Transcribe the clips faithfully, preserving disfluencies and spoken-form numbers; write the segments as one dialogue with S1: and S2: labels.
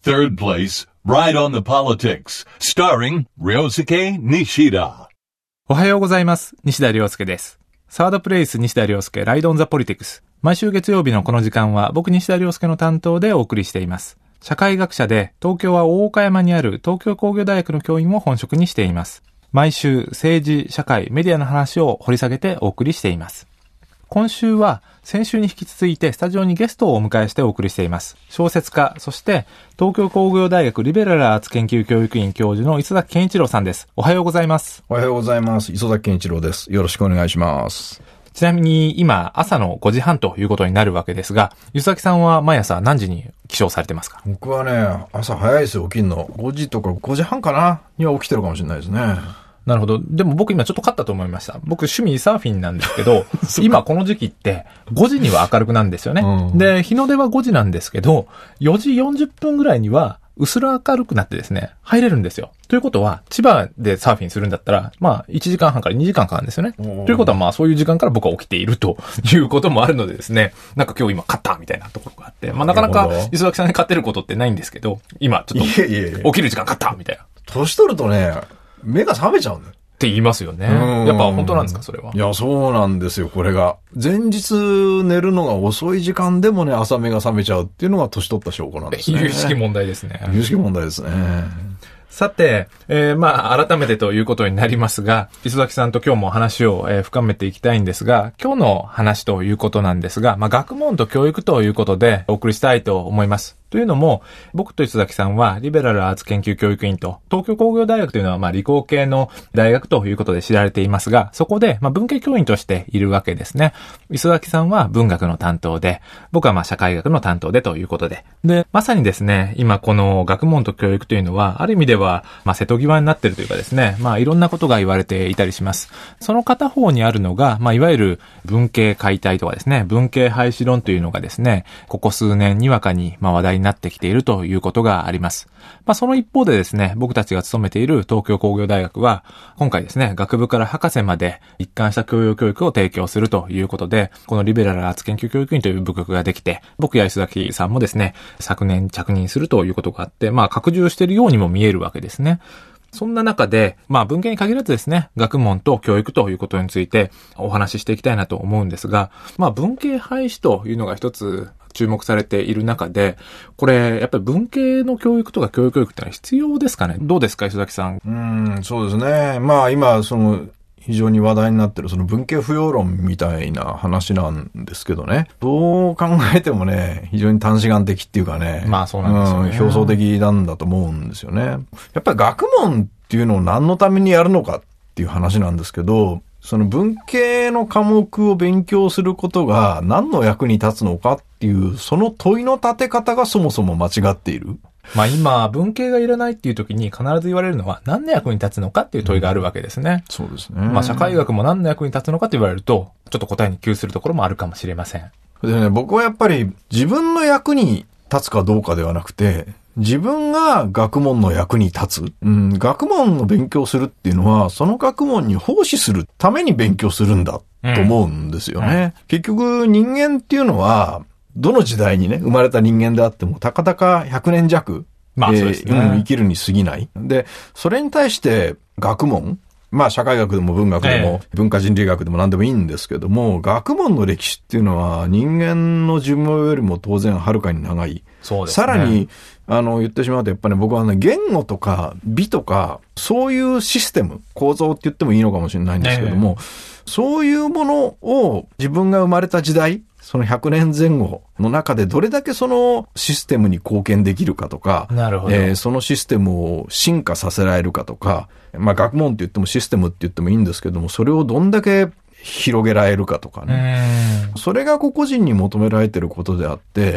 S1: Third place, Ride on the Politics, starring Ryosuke Nishida.
S2: おはようございます。西田亮介です。サードプレイス西田亮介ライドオンザポリティクス。毎週月曜日のこの時間は僕西田亮介の担当でお送りしています。社会学者で東京は大岡山にある東京工業大学の教員を本職にしています。毎週政治、社会、メディアの話を掘り下げてお送りしています。今週は先週に引き続いてスタジオにゲストをお迎えしてお送りしています。小説家、そして東京工業大学リベラルアーツ研究教育院教授の磯崎健一郎さんです。おはようございます。
S3: おはようございます。磯崎健一郎です。よろしくお願いします。
S2: ちなみに今朝のごじはんということになるわけですが、磯崎さんは毎朝何時に起床されてますか？
S3: 僕はね、朝早いですよ、起きるの。ごじとかごじはんかなには起きてるかもしれないですね。
S2: なるほど。でも僕今ちょっと勝ったと思いました。僕趣味サーフィンなんですけど、今この時期ってごじには明るくなるんですよね。うん、で、日の出はごじなんですけど、よじよんじゅっぷんぐらいには薄ら明るくなってですね、入れるんですよ。ということは、千葉でサーフィンするんだったら、まあいちじかんはんからにじかんかかるんですよね。ということはまあそういう時間から僕は起きているということもあるのでですね、なんか今日今勝ったみたいなところがあって、まあなかなか磯崎さんに勝てることってないんですけど、今ちょっと起きる時間勝ったみたいな。
S3: 年取るとね、目が覚めちゃうんだよ。
S2: って言いますよね。やっぱ本当なんですか、それは。
S3: いや、そうなんですよ、これが。前日寝るのが遅い時間でもね、朝目が覚めちゃうっていうのが年取った証拠なんですね。
S2: 有識問題ですね。
S3: 有識問題ですね。
S2: さて、えー、まあ、改めてということになりますが、磯崎さんと今日も話を、えー、深めていきたいんですが、今日の話ということなんですが、まあ、学問と教育ということでお送りしたいと思います。というのも、僕と磯崎さんはリベラルアーツ研究教育院と東京工業大学というのはまあ理工系の大学ということで知られていますが、そこでまあ文系教員としているわけですね。磯崎さんは文学の担当で、僕はまあ社会学の担当でということで。で、まさにですね、今この学問と教育というのは、ある意味ではまあ瀬戸際になっているというかですね、まあいろんなことが言われていたりします。その片方にあるのが、まあいわゆる文系解体とかですね、文系廃止論というのがですね、ここ数年にわかにまあ話題になってきているということがあります。まあその一方でですね、僕たちが勤めている東京工業大学は、今回ですね、学部から博士まで一貫した教養教育を提供するということで、このリベラルアーツ研究教育院という部局ができて、僕や磯崎さんもですね、昨年着任するということがあって、まあ拡充しているようにも見えるわけですね。そんな中で、まあ文系に限らずですね、学問と教育ということについてお話ししていきたいなと思うんですが、まあ文系廃止というのが一つ注目されている中で、これやっぱり文系の教育とか教育教育ってのは必要ですかね？どうですか、磯崎さん。
S3: うーん、そうですね。まあ今その非常に話題になってるその文系不要論みたいな話なんですけどね。どう考えてもね、非常に短視眼的っていうかね。
S2: まあそうなんですよね。
S3: うん、表層的なんだと思うんですよね。やっぱり学問っていうのを何のためにやるのかっていう話なんですけど、その文系の科目を勉強することが何の役に立つのかっていう、その問いの立て方がそもそも間違っている。
S2: まあ今、文系がいらないっていう時に必ず言われるのは何の役に立つのかっていう問いがあるわけですね。
S3: うん、そうですね。
S2: まあ社会学も何の役に立つのかって言われると、ちょっと答えに窮するところもあるかもしれません。
S3: でね、僕はやっぱり自分の役に立つかどうかではなくて、自分が学問の役に立つ。うん、学問の勉強するっていうのは、その学問に奉仕するために勉強するんだと思うんですよね。うんうん、結局人間っていうのは、どの時代にね、生まれた人間であっても、たかだかひゃくねん弱、
S2: まあそうですね、
S3: えーうん、生きるに過ぎない。で、それに対して学問、まあ社会学でも文学でも文化人類学でも何でもいいんですけども、学問の歴史っていうのは人間の寿命よりも当然はるかに長い。
S2: そうですね。
S3: さらに、あの、言ってしまうとやっぱり、ね、僕はね、言語とか美とか、そういうシステム、構造って言ってもいいのかもしれないんですけども、そういうものを自分が生まれた時代、そのひゃくねんぜん後の中でどれだけそのシステムに貢献できるかとか、
S2: なるほど、
S3: えー、そのシステムを進化させられるかとか、まあ学問って言ってもシステムって言ってもいいんですけども、それをどんだけ広げられるかとかね。それが個々人に求められてることであって、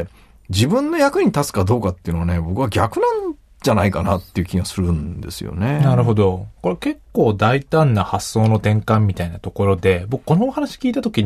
S3: 自分の役に立つかどうかっていうのはね、僕は逆なんじゃないかなっていう気がするんですよね。
S2: なるほど。これ結構大胆な発想の転換みたいなところで、僕このお話聞いたときに、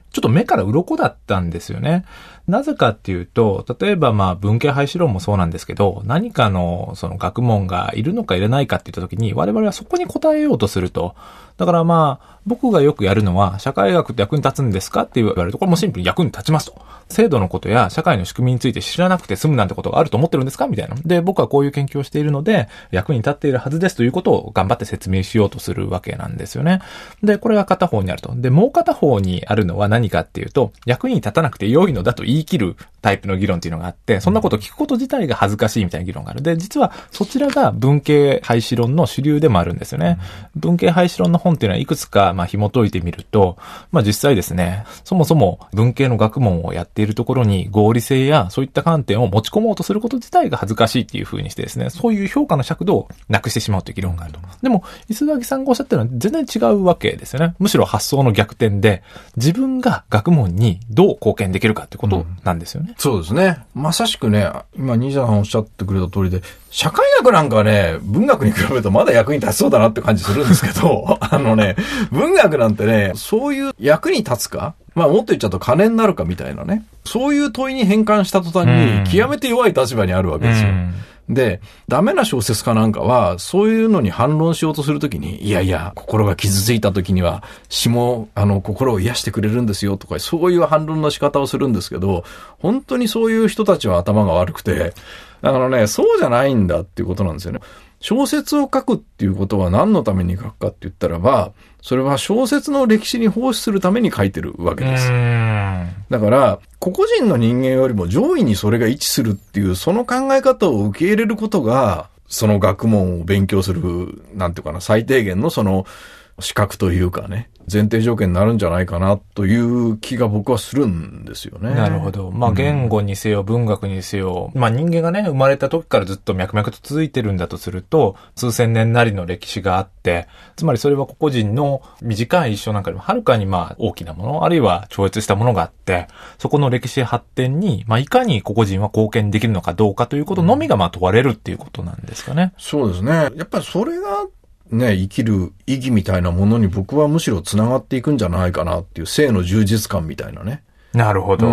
S2: ちょっと目から鱗だったんですよね。なぜかっていうと、例えばまあ文系廃止論もそうなんですけど、何かのその学問がいるのかいらないかって言った時に我々はそこに答えようとすると。だからまあ僕がよくやるのは社会学って役に立つんですかって言われると、これもシンプルに役に立ちますと。制度のことや社会の仕組みについて知らなくて済むなんてことがあると思ってるんですかみたいな。で、僕はこういう研究をしているので役に立っているはずですということを頑張って説明しようとするわけなんですよね。で、これが片方にあると。で、もう片方にあるのは何かっていうと、役に立たなくて良いのだと言い切るタイプの議論っていうのがあって、そんなことを聞くこと自体が恥ずかしいみたいな議論がある。で、実はそちらが文系廃止論の主流でもあるんですよね。文系廃止論の本っていうのはいくつかまあ紐解いてみると、まあ実際ですね、そもそも文系の学問をやっているところに合理性やそういった観点を持ち込もうとすること自体が恥ずかしいっていう風にしてですね、そういう評価の尺度をなくしてしまうという議論があると。でも、磯崎さんがおっしゃってるのは全然違うわけですよね。むしろ発想の逆転で、自分が学問にどう貢献できるかってことなんですよね。
S3: うん、そうですね。まさしくね、今、西田さんおっしゃってくれた通りで、社会学なんかはね、文学に比べるとまだ役に立ちそうだなって感じするんですけど、あのね、文学なんてね、そういう役に立つか、まあもっと言っちゃうと金になるかみたいなね、そういう問いに変換した途端に極めて弱い立場にあるわけですよ。で、ダメな小説家なんかは、そういうのに反論しようとするときに、いやいや、心が傷ついたときには、詩も、あの、心を癒してくれるんですよとか、そういう反論の仕方をするんですけど、本当にそういう人たちは頭が悪くて、あのね、そうじゃないんだっていうことなんですよね。小説を書くっていうことは何のために書くかって言ったらば、それは小説の歴史に奉仕するために書いてるわけです。だから、個々人の人間よりも上位にそれが位置するっていう、その考え方を受け入れることが、その学問を勉強する、なんていうかな、最低限のその資格というかね、前提条件になるんじゃないかなという気が僕はするんですよね。
S2: なるほど。まあ言語にせよ文学にせよ、うん、まあ人間がね生まれた時からずっと脈々と続いてるんだとすると、数千年なりの歴史があって、つまりそれは個々人の短い一生なんかよりもはるかにまあ大きなもの、あるいは超越したものがあって、そこの歴史発展にまあいかに個々人は貢献できるのかどうかということのみがまあ問われるっていうことなんですかね。
S3: そうですね。やっぱりそれがね、生きる意義みたいなものに僕はむしろ繋がっていくんじゃないかなっていう生の充実感みたいなね。
S2: なるほど。
S3: うん。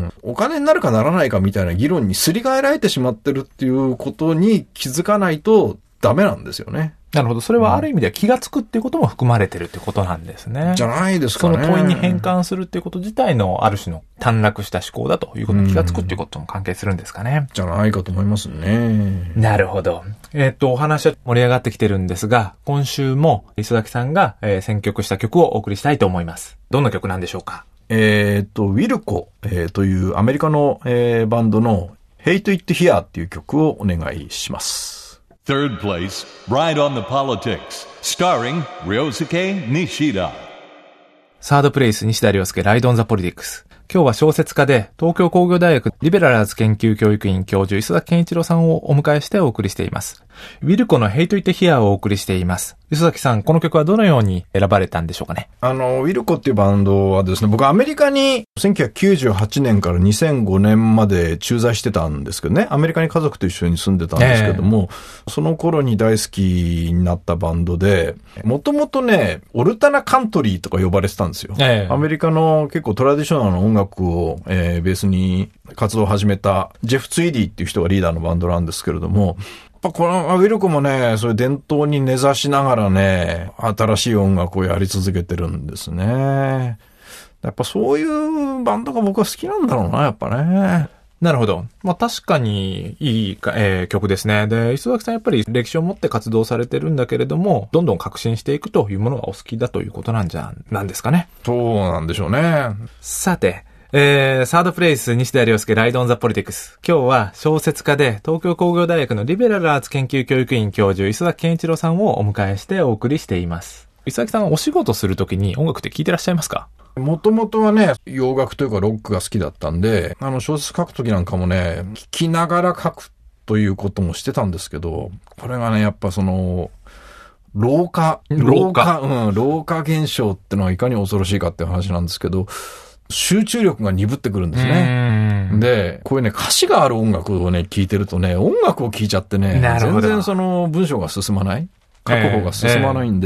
S3: お金になるかならないかみたいな議論にすり替えられてしまってるっていうことに気づかないとダメなんですよね。
S2: なるほど。それはある意味では気がつくっていうことも含まれてるってことなんですね。
S3: じゃないですかね。
S2: その問いに変換するっていうこと自体のある種の短絡した思考だということに気がつくっていうことも関係するんですかね。
S3: じゃないかと思いますね。
S2: なるほど。えっと、お話は盛り上がってきてるんですが、今週も磯崎さんが、えー、選曲した曲をお送りしたいと思います。どんな曲なんでしょうか？
S3: えっと、ウィルコ、えー、というアメリカの、えー、バンドの Hate It Here っていう曲をお願いします。
S1: Third place, Ride on the Politics, starring Ryosuke Nishida.
S2: サードプレイス、西田亮介、Ride on the Politics。今日は小説家で、東京工業大学リベラルアーツ研究教育院教授、磯崎健一郎さんをお迎えしてお送りしています。ウィルコの Hate It Here をお送りしています。磯崎さん、この曲はどのように選ばれたんでしょうかね。
S3: あの、ウィルコっていうバンドはですね、僕アメリカにせんきゅうひゃくきゅうじゅうはちねんからにせんごねんまで駐在してたんですけどね、アメリカに家族と一緒に住んでたんですけども、えー、その頃に大好きになったバンドで、もともとね、オルタナカントリーとか呼ばれてたんですよ。えー、アメリカの結構トラディショナルな音楽を、えー、ベースに活動を始めたジェフ・ツイディっていう人がリーダーのバンドなんですけれども、やっぱこのウィルコもね、そういう伝統に根ざしながらね、新しい音楽をやり続けてるんですね。やっぱそういうバンドが僕は好きなんだろうな、やっぱね。
S2: なるほど。まあ確かにいい、えー、曲ですね。で、磯崎さんやっぱり歴史を持って活動されてるんだけれども、どんどん革新していくというものがお好きだということなんじゃ、なんですかね。
S3: そうなんでしょうね。
S2: さて、えー、サードプレイス、西田亮介、ライドオンザポリティクス。今日は小説家で、東京工業大学のリベラルアーツ研究教育院教授、磯崎健一郎さんをお迎えしてお送りしています。磯崎さんはお仕事するときに音楽って聞いてらっしゃいますか？
S3: もともとはね、洋楽というかロックが好きだったんで、あの小説書くときなんかもね、聞きながら書くということもしてたんですけど、これがね、やっぱその、老化、
S2: 老化、
S3: うん、老化現象ってのはいかに恐ろしいかっていう話なんですけど、集中力が鈍ってくるんですね。で、こういうね、歌詞がある音楽をね、聴いてるとね、音楽を聴いちゃってね、全然その文章が進まない。書く方が進まないんで、えー、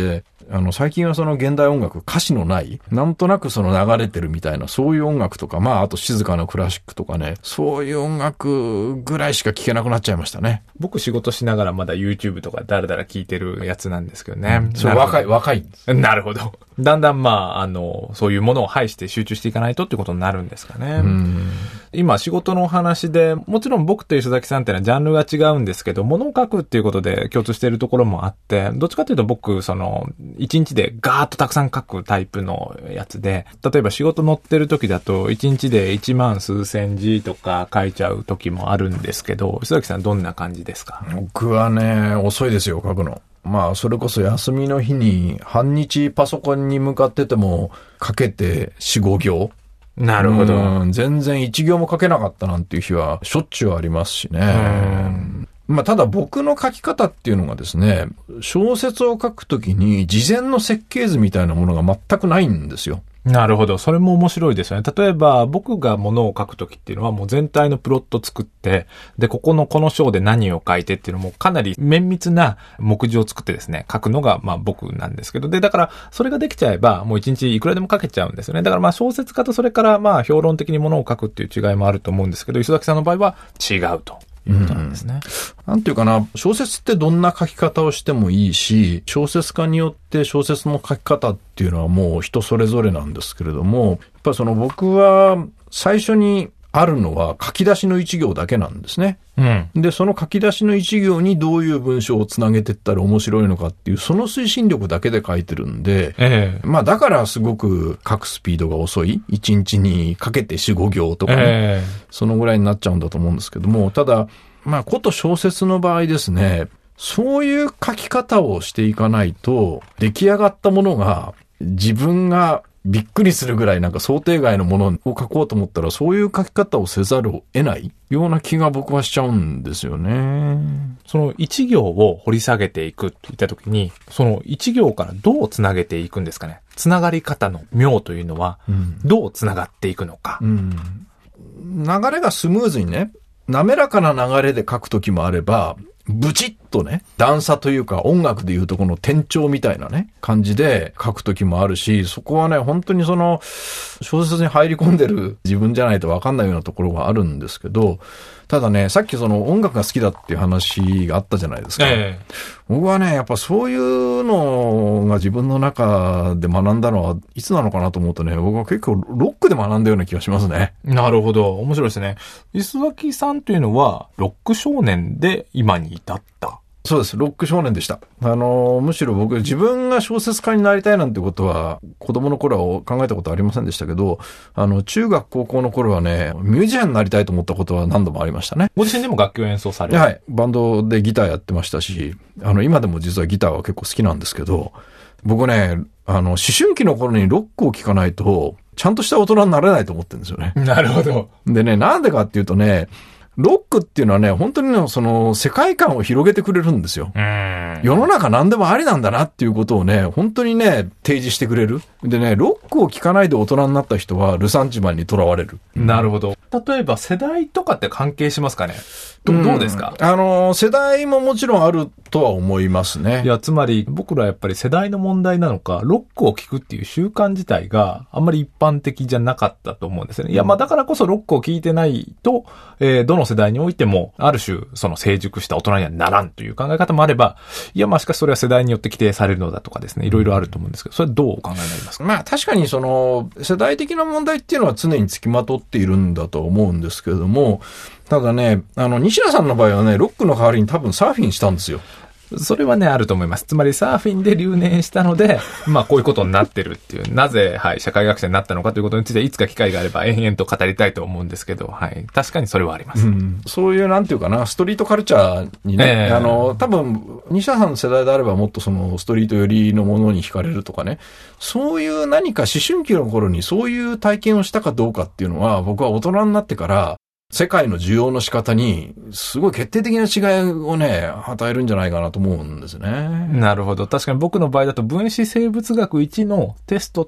S3: あの、最近はその現代音楽、歌詞のない、なんとなくその流れてるみたいな、そういう音楽とか、まあ、あと静かなクラシックとかね、そういう音楽ぐらいしか聴けなくなっちゃいましたね。
S2: 僕仕事しながらまだ YouTube とかだらだら聞いてるやつなんですけどね。
S3: うん、そう、若い、若い。
S2: なるほど。だんだんまあ、あの、そういうものを排して集中していかないとっていうことになるんですかね。
S3: うん
S2: 今仕事のお話で、もちろん僕と磯崎さんっていうのはジャンルが違うんですけど、物を書くっていうことで共通しているところもあって、どっちかというと僕、その、一日でガーッとたくさん書くタイプのやつで、例えば仕事乗ってる時だと、一日で一万数千字とか書いちゃう時もあるんですけど、磯崎さんどんな感じですか？
S3: 僕はね、遅いですよ、書くの。まあ、それこそ休みの日に半日パソコンに向かってても書けてよん、ご行。
S2: なるほど。
S3: うん、全然いち行も書けなかったなんていう日はしょっちゅうありますしね。うんまあ、ただ僕の書き方っていうのがですね、小説を書くときに事前の設計図みたいなものが全くないんですよ。
S2: なるほど。それも面白いですよね。例えば、僕がものを書くときっていうのはもう全体のプロット作って、で、ここのこの章で何を書いてっていうのもかなり綿密な目次を作ってですね、書くのがまあ僕なんですけど、で、だからそれができちゃえばもう一日いくらでも書けちゃうんですよね。だからまあ小説家とそれからまあ評論的にものを書くっていう違いもあると思うんですけど、磯崎さんの場合は違うと。いうことなんですね。
S3: うん、なんていうかな、小説ってどんな書き方をしてもいいし、小説家によって小説の書き方っていうのはもう人それぞれなんですけれども、やっぱりその僕は最初にあるのは書き出しの一行だけなんですね。うん、で、その書き出しの一行にどういう文章をつなげていったら面白いのかっていう、その推進力だけで書いてるんで、ええ、まあだからすごく書くスピードが遅い。一日にかけてよん、ご行とかね、ええ、そのぐらいになっちゃうんだと思うんですけども、ただ、まあこと小説の場合ですね、そういう書き方をしていかないと、出来上がったものが自分がびっくりするぐらいなんか想定外のものを書こうと思ったらそういう書き方をせざるを得ないような気が僕はしちゃうんですよね。
S2: その一行を掘り下げていくといったときに、その一行からどうつなげていくんですかね。つながり方の妙というのはどうつながっていくのか。うん
S3: うん、流れがスムーズにね、滑らかな流れで書くときもあれば、ブチッとね、段差というか音楽でいうとこの転調みたいなね、感じで書くときもあるし、そこはね、本当にその、小説に入り込んでる自分じゃないと分かんないようなところがあるんですけど、ただね、さっきその音楽が好きだっていう話があったじゃないですか。ええ、僕はね、やっぱそういうのが自分の中で学んだのはいつなのかなと思うとね、僕は結構ロックで学んだような気がしますね。
S2: なるほど。面白いですね。磯崎さんというのは、ロック少年で今に至った。
S3: そうです。ロック少年でした。あの、むしろ僕、自分が小説家になりたいなんてことは、子供の頃は考えたことありませんでしたけど、あの、中学高校の頃はね、ミュージシャンになりたいと思ったことは何度もありましたね。
S2: ご自身でも楽器を演奏される？
S3: はい。バンドでギターやってましたし、あの、今でも実はギターは結構好きなんですけど、僕ね、あの、思春期の頃にロックを聴かないと、ちゃんとした大人になれないと思ってるんですよね。
S2: なるほど。
S3: でね、なんでかっていうとね、ロックっていうのはね、本当にね、その世界観を広げてくれるんですよ。うん世の中何でもありなんだなっていうことをね、本当にね、提示してくれる。でね、ロックを聴かないで大人になった人はルサンチマンに囚われる。
S2: なるほど。例えば世代とかって関係しますかね？ど, どうですか？
S3: あの、世代ももちろんあるとは思いますね。
S2: いや、つまり僕らやっぱり世代の問題なのか、ロックを聴くっていう習慣自体があんまり一般的じゃなかったと思うんですよね。いや、まあだからこそロックを聴いてないと、えー、どの世代においても、ある種、その成熟した大人にはならんという考え方もあれば、いや、まあしかしそれは世代によって規定されるのだとかですね、いろいろあると思うんですけど、それはどうお考えになりますか？
S3: まあ確かにその、世代的な問題っていうのは常につきまとっているんだと思うんですけれども、ただね、あの、西田さんの場合はね、ロックの代わりに多分サーフィンしたんですよ。
S2: それはね、あると思います。つまりサーフィンで留年したので、まあこういうことになってるっていう、なぜ、はい、社会学者になったのかということについていつか機会があれば延々と語りたいと思うんですけど、はい、確かにそれはあります。うん、
S3: そういう、なんていうかな、ストリートカルチャーにね、えー、あの、多分、西田さんの世代であればもっとそのストリート寄りのものに惹かれるとかね、そういう何か思春期の頃にそういう体験をしたかどうかっていうのは、僕は大人になってから、世界の需要の仕方にすごい決定的な違いをね、与えるんじゃないかなと思うんですね。
S2: なるほど。確かに僕の場合だと分子生物学いちのテストと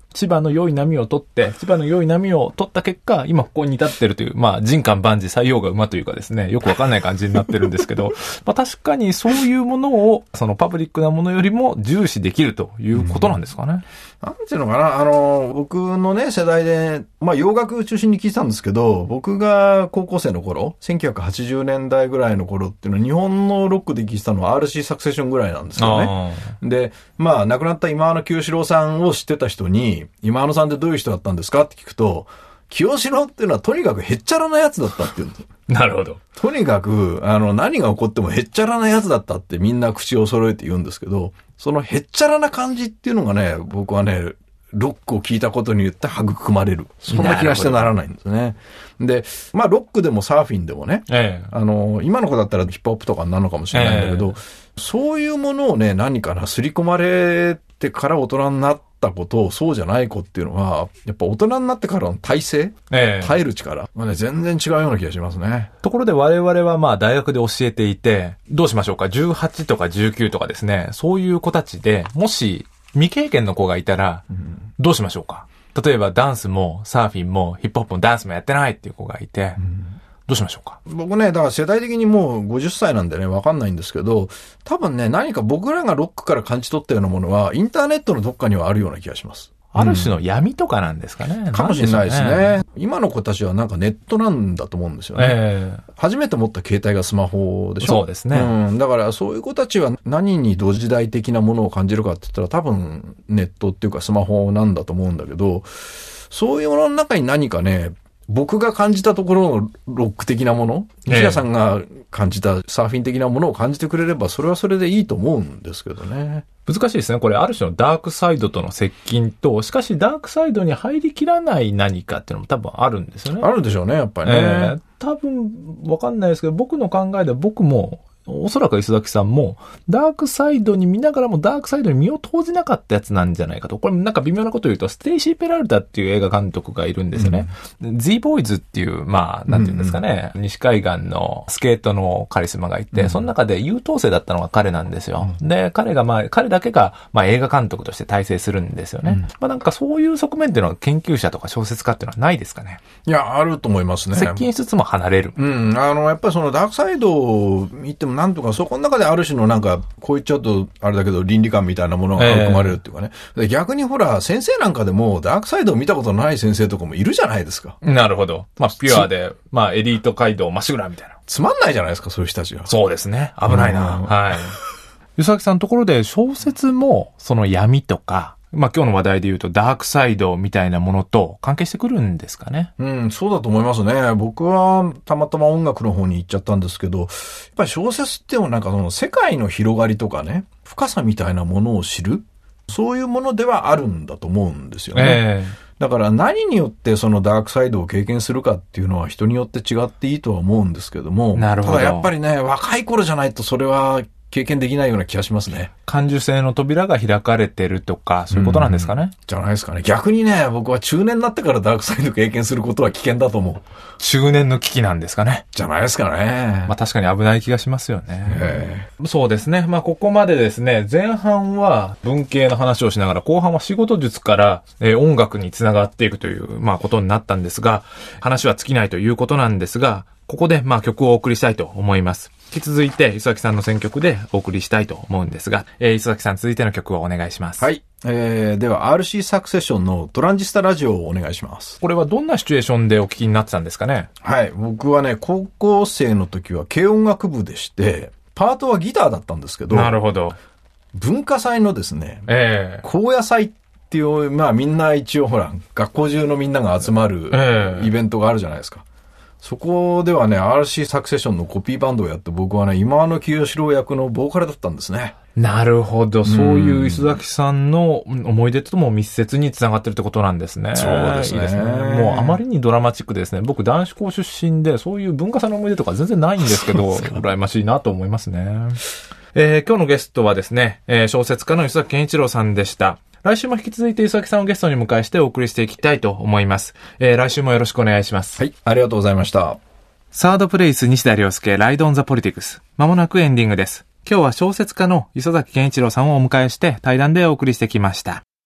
S2: 千葉の良い波を取って、千葉の良い波を取った結果、今ここに至ってるという、まあ人間万事採用が馬というかですね、よくわかんない感じになってるんですけど、まあ確かにそういうものを、そのパブリックなものよりも重視できるということなんですかね。うん、
S3: なんていうのかな、あの、僕のね、世代で、まあ洋楽中心に聞いてたんですけど、僕が高校生の頃、せんきゅうひゃくはちじゅうねんだいぐらいの頃っていうのは、日本のロックで聞いてたのは アールシー サクセションぐらいなんですよね。で、まあ亡くなった今野清志郎さんを知ってた人に、今野さんってどういう人だったんですかって聞くと、清志郎っていうのはとにかくへっちゃらなやつだったって言うんです。
S2: なるほど。
S3: とにかく、あの、何が起こってもへっちゃらなやつだったってみんな口を揃えて言うんですけど、そのへっちゃらな感じっていうのがね、僕はね、ロックを聞いたことによって育まれる。そんな気がしてならないんですね。で、まあロックでもサーフィンでもね、ええ、あの、今の子だったらヒップホップとかになるのかもしれないんだけど、ええ、そういうものをね、何かな、刷り込まれてから大人になったことをそうじゃない子っていうのは、やっぱ大人になってからの耐性、ええ、耐える力、まあね、全然違うような気がしますね。
S2: ところで我々はまあ大学で教えていて、どうしましょうか、じゅうはちとかじゅうきゅうとかですね、そういう子たちで、もし未経験の子がいたら、どうしましょうか。例えばダンスもサーフィンもヒップホップもダンスもやってないっていう子がいて、うん、どうしましょうか。
S3: 僕ね、だから世代的にもうごじゅっさいなんでね、わかんないんですけど、多分ね、何か僕らがロックから感じ取ったようなものは、インターネットのどっかにはあるような気がします。
S2: ある種の闇とかなんですかね。うん、
S3: かもしれないですね。今の子たちはなんかネットなんだと思うんですよね。えー、初めて持った携帯がスマホでしょ。
S2: そうですね。
S3: うん。だからそういう子たちは何に同時代的なものを感じるかって言ったら多分ネットっていうかスマホなんだと思うんだけど、そういうものの中に何かね、僕が感じたところのロック的なもの、西田さんが感じたサーフィン的なものを感じてくれれば、それはそれでいいと思うんですけどね。
S2: 難しいですね。これ、ある種のダークサイドとの接近と、しかしダークサイドに入りきらない何かっていうのも多分あるんですよね。
S3: あるでしょうね、やっぱりね。えー、
S2: 多分、わかんないですけど、僕の考えでは僕も、おそらく磯崎さんも、ダークサイドに見ながらもダークサイドに身を投じなかったやつなんじゃないかと。これなんか微妙なことを言うと、ステイシー・ペラルタっていう映画監督がいるんですよね。うん、Z ボーイズっていう、まあ、なんていうんですかね、うんうん、西海岸のスケートのカリスマがいて、うん、その中で優等生だったのが彼なんですよ。うん、で、彼がまあ、彼だけが、まあ映画監督として大成するんですよね。うん、まあなんかそういう側面っていうのは研究者とか小説家っていうのはないですかね。
S3: いや、あると思いますね。
S2: 接近しつつも離れる。
S3: うん。あの、やっぱりそのダークサイドを見てもなんとかそこの中である種のなんか、こう言っちゃうとあれだけど倫理観みたいなものが含まれるっていうかね。えー、逆にほら、先生なんかでもダークサイドを見たことのない先生とかもいるじゃないですか。
S2: なるほど。まあ、ピュアで、まあ、エリート街道まっしぐらみたいな。
S3: つまんないじゃないですか、そういう人たちが。
S2: そうですね。危ないな。はい。湯崎さんのところで小説も、その闇とか、まあ今日の話題で言うとダークサイドみたいなものと関係してくるんですかね。
S3: うん、そうだと思いますね。僕はたまたま音楽の方に行っちゃったんですけど、やっぱり小説っていうのはなんかその世界の広がりとかね、深さみたいなものを知る、そういうものではあるんだと思うんですよね。えー、だから何によってそのダークサイドを経験するかっていうのは人によって違っていいとは思うんですけども、
S2: なるほど。
S3: ただやっぱりね、若い頃じゃないとそれは経験できないような気がしますね。
S2: 感受性の扉が開かれてるとか、そういうことなんですかね。うん、
S3: じゃないですかね。逆にね、僕は中年になってからダークサイド経験することは危険だと思う。
S2: 中年の危機なんですかね。
S3: じゃないですかね。
S2: まあ確かに危ない気がしますよね。そうですね。まあここまでですね、前半は文系の話をしながら、後半は仕事術から、えー、音楽につながっていくという、まあことになったんですが、話は尽きないということなんですが、ここでまあ曲をお送りしたいと思います。引き続いて、磯崎さんの選曲でお送りしたいと思うんですが、えー、磯崎さん続いての曲をお願いします。
S3: はい。えー、では アールシー サクセションのトランジスタラジオをお願いします。
S2: これはどんなシチュエーションでお聞きになってたんですかね？
S3: はい。僕はね、高校生の時は軽音楽部でして、パートはギターだったんですけど、
S2: なるほど。
S3: 文化祭のですね、
S2: えー、
S3: 高野祭っていう、まあみんな一応ほら、学校中のみんなが集まるイベントがあるじゃないですか。そこではね、アールシー サクセションのコピーバンドをやって僕はね、今野清志郎役のボーカルだったんですね。
S2: なるほど。そういう磯崎さんの思い出とも密接につながってるってことなんですね。
S3: そうですね。いいですね。
S2: もうあまりにドラマチックでですね、僕男子校出身でそういう文化祭の思い出とか全然ないんですけど、羨ましいなと思いますね。えー、今日のゲストはですね、えー、小説家の磯崎健一郎さんでした。来週も引き続いて磯崎さんをゲストに迎えしてお送りしていきたいと思います。えー、来週もよろしくお願いします。
S3: はい、ありがとうございました。
S2: サードプレイス西田亮介ライドオンザポリティクス。まもなくエンディングです。今日は小説家の磯崎健一郎さんをお迎えして対談でお送りしてきました。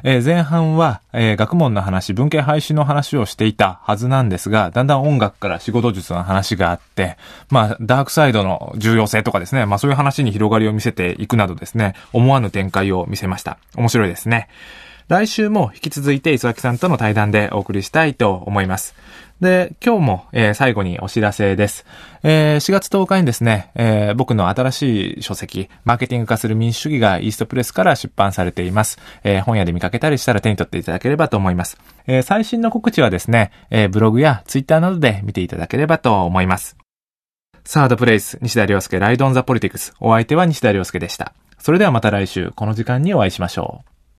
S2: えー、前半は、えー、学問の話、文系廃止の話をしていたはずなんですが、だんだん音楽から仕事術の話があって、まあ、ダークサイドの重要性とかですね、まあそういう話に広がりを見せていくなどですね、思わぬ展開を見せました。面白いですね。来週も引き続いて磯崎さんとの対談でお送りしたいと思います。で、今日も、えー、最後にお知らせです。えー、しがつとおかにですね、えー、僕の新しい書籍、マーケティング化する民主主義がイーストプレスから出版されています。えー、本屋で見かけたりしたら手に取っていただければと思います。えー、最新の告知はですね、えー、ブログやツイッターなどで見ていただければと思います。サードプレイス、西田亮介ライドオンザポリティクス。お相手は西田亮介でした。それではまた来週、この時間にお会いしましょう。